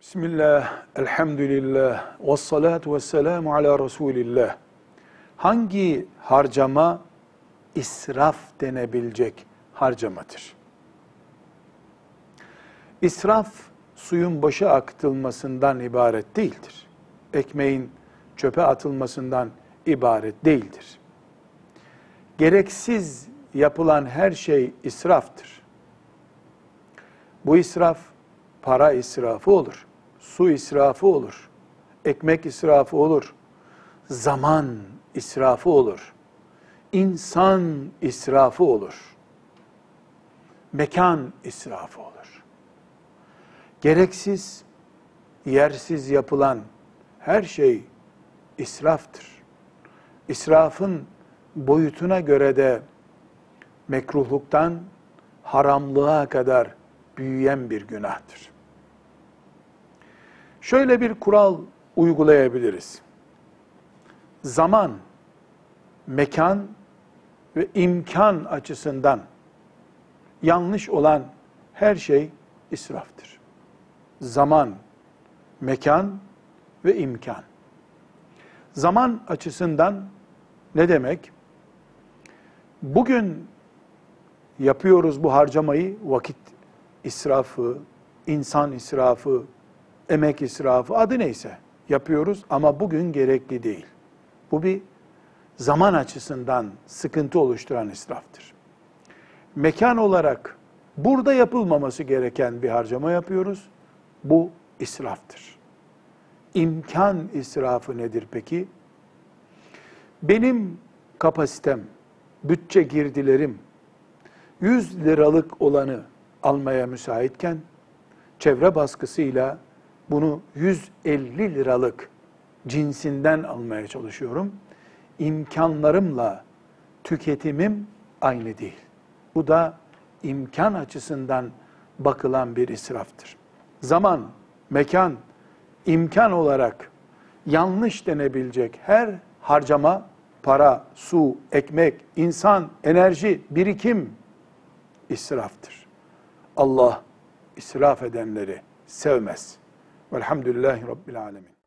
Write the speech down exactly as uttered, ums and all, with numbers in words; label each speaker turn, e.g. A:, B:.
A: Bismillah, elhamdülillah, ve salatu ve selamu ala Resulillah. Hangi harcama israf denebilecek harcamadır? İsraf, suyun boşa akıtılmasından ibaret değildir. Ekmeğin çöpe atılmasından ibaret değildir. Gereksiz yapılan her şey israftır. Bu israf, para israfı olur, su israfı olur, ekmek israfı olur, zaman israfı olur, insan israfı olur, mekan israfı olur. Gereksiz, yersiz yapılan her şey israftır. İsrafın boyutuna göre de mekruhluktan haramlığa kadar büyüyen bir günahtır. Şöyle bir kural uygulayabiliriz. Zaman, mekan ve imkan açısından yanlış olan her şey israftır. Zaman, mekan ve imkan. Zaman açısından ne demek? Bugün yapıyoruz bu harcamayı, vakit israfı, insan israfı, emek israfı, adı neyse yapıyoruz ama bugün gerekli değil. Bu bir zaman açısından sıkıntı oluşturan israftır. Mekan olarak burada yapılmaması gereken bir harcama yapıyoruz. Bu israftır. İmkan israfı nedir peki? Benim kapasitem, bütçe girdilerim yüz liralık olanı almaya müsaitken çevre baskısıyla bunu yüz elli liralık cinsinden almaya çalışıyorum. İmkanlarımla tüketimim aynı değil. Bu da imkan açısından bakılan bir israftır. Zaman, mekan, imkan olarak yanlış denebilecek her harcama, para, su, ekmek, insan, enerji, birikim israftır. Allah israf edenleri sevmez. Velhamdülillahi Rabbil alemin.